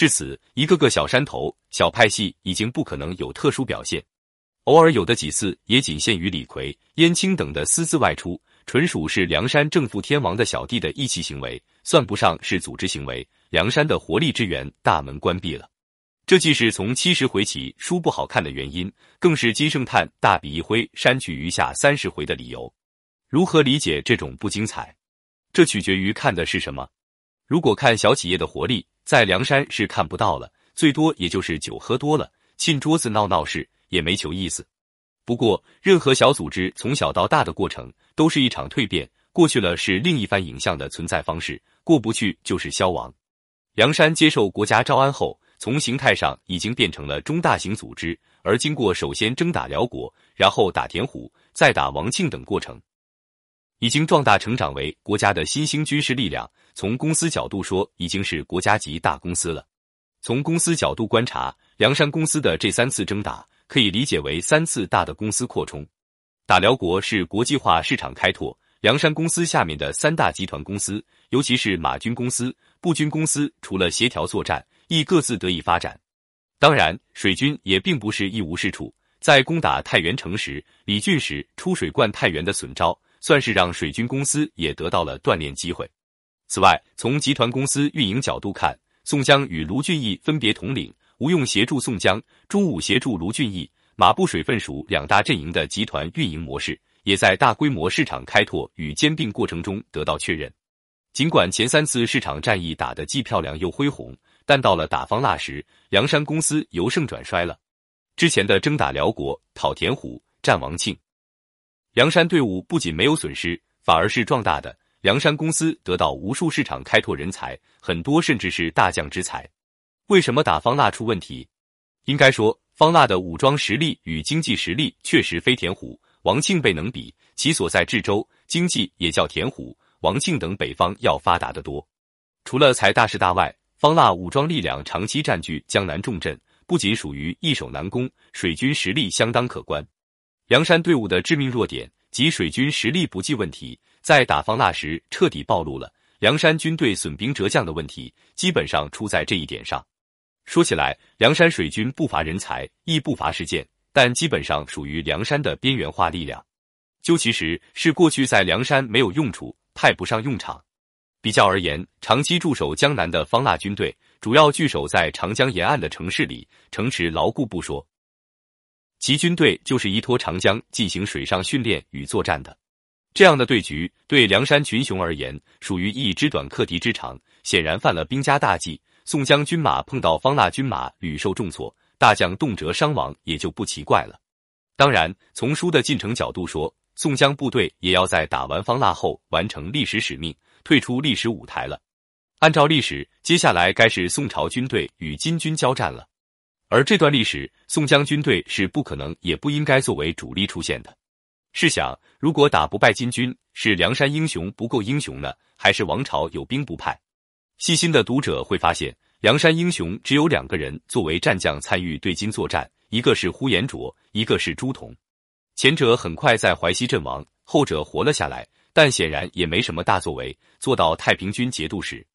至此，一个个小山头、小派系已经不可能有特殊表现，偶尔有的几次也仅限于李逵、燕青等的私自外出，纯属是梁山正副天王的小弟的义气行为，算不上是组织行为。梁山的活力之源大门关闭了，这既是从70回起书不好看的原因，更是金圣叹大笔一挥删去余下30回的理由。如何理解这种不精彩？这取决于看的是什么。如果看小企业的活力，在梁山是看不到了，最多也就是酒喝多了，沁桌子闹闹事，也没求意思。不过，任何小组织从小到大的过程，都是一场蜕变，过去了是另一番影像的存在方式，过不去就是消亡。梁山接受国家招安后，从形态上已经变成了中大型组织，而经过首先征打辽国，然后打田虎，再打王庆等过程，已经壮大成长为国家的新兴军事力量。从公司角度说，已经是国家级大公司了。从公司角度观察，梁山公司的这3次征打，可以理解为3次大的公司扩充。打辽国是国际化市场开拓，梁山公司下面的3大集团公司，尤其是马军公司、步军公司，除了协调作战，亦各自得以发展。当然，水军也并不是一无是处。在攻打太原城时，李俊时出水灌太原的损招，算是让水军公司也得到了锻炼机会。此外，从集团公司运营角度看，宋江与卢俊义分别统领，吴用协助宋江，朱武协助卢俊义，马步水分属2大阵营的集团运营模式，也在大规模市场开拓与兼并过程中得到确认。尽管前3次市场战役打得既漂亮又恢宏，但到了打方腊时，梁山公司由盛转衰了。之前的征打辽国、讨田虎、战王庆，梁山队伍不仅没有损失，反而是壮大的。梁山公司得到无数市场开拓人才，很多甚至是大将之才。为什么打方腊出问题？应该说，方腊的武装实力与经济实力确实非田虎、王庆辈能比，其所在治州，经济也较田虎、王庆等北方要发达得多。除了财大势大外，方腊武装力量长期占据江南重镇，不仅属于易守难攻，水军实力相当可观。梁山队伍的致命弱点及水军实力不济问题，在打方腊时彻底暴露了。梁山军队损兵折将的问题，基本上出在这一点上。说起来，梁山水军不乏人才，亦不乏事件，但基本上属于梁山的边缘化力量。究其实，是过去在梁山没有用处，派不上用场。比较而言，长期驻守江南的方腊军队，主要据守在长江沿岸的城市里，城池牢固不说，其军队就是依托长江进行水上训练与作战的。这样的对局，对梁山群雄而言，属于一之短克敌之长，显然犯了兵家大忌。宋江军马碰到方腊军马屡受重挫，大将动辄伤亡，也就不奇怪了。当然，从书的进程角度说，宋江部队也要在打完方腊后完成历史使命，退出历史舞台了。按照历史，接下来该是宋朝军队与金军交战了。而这段历史，宋江军队是不可能也不应该作为主力出现的。试想，如果打不败金军，是梁山英雄不够英雄呢，还是王朝有兵不派？细心的读者会发现，梁山英雄只有2个人作为战将参与对金作战，一个是呼延灼，一个是朱仝。前者很快在淮西阵亡，后者活了下来，但显然也没什么大作为，做到太平军节度使。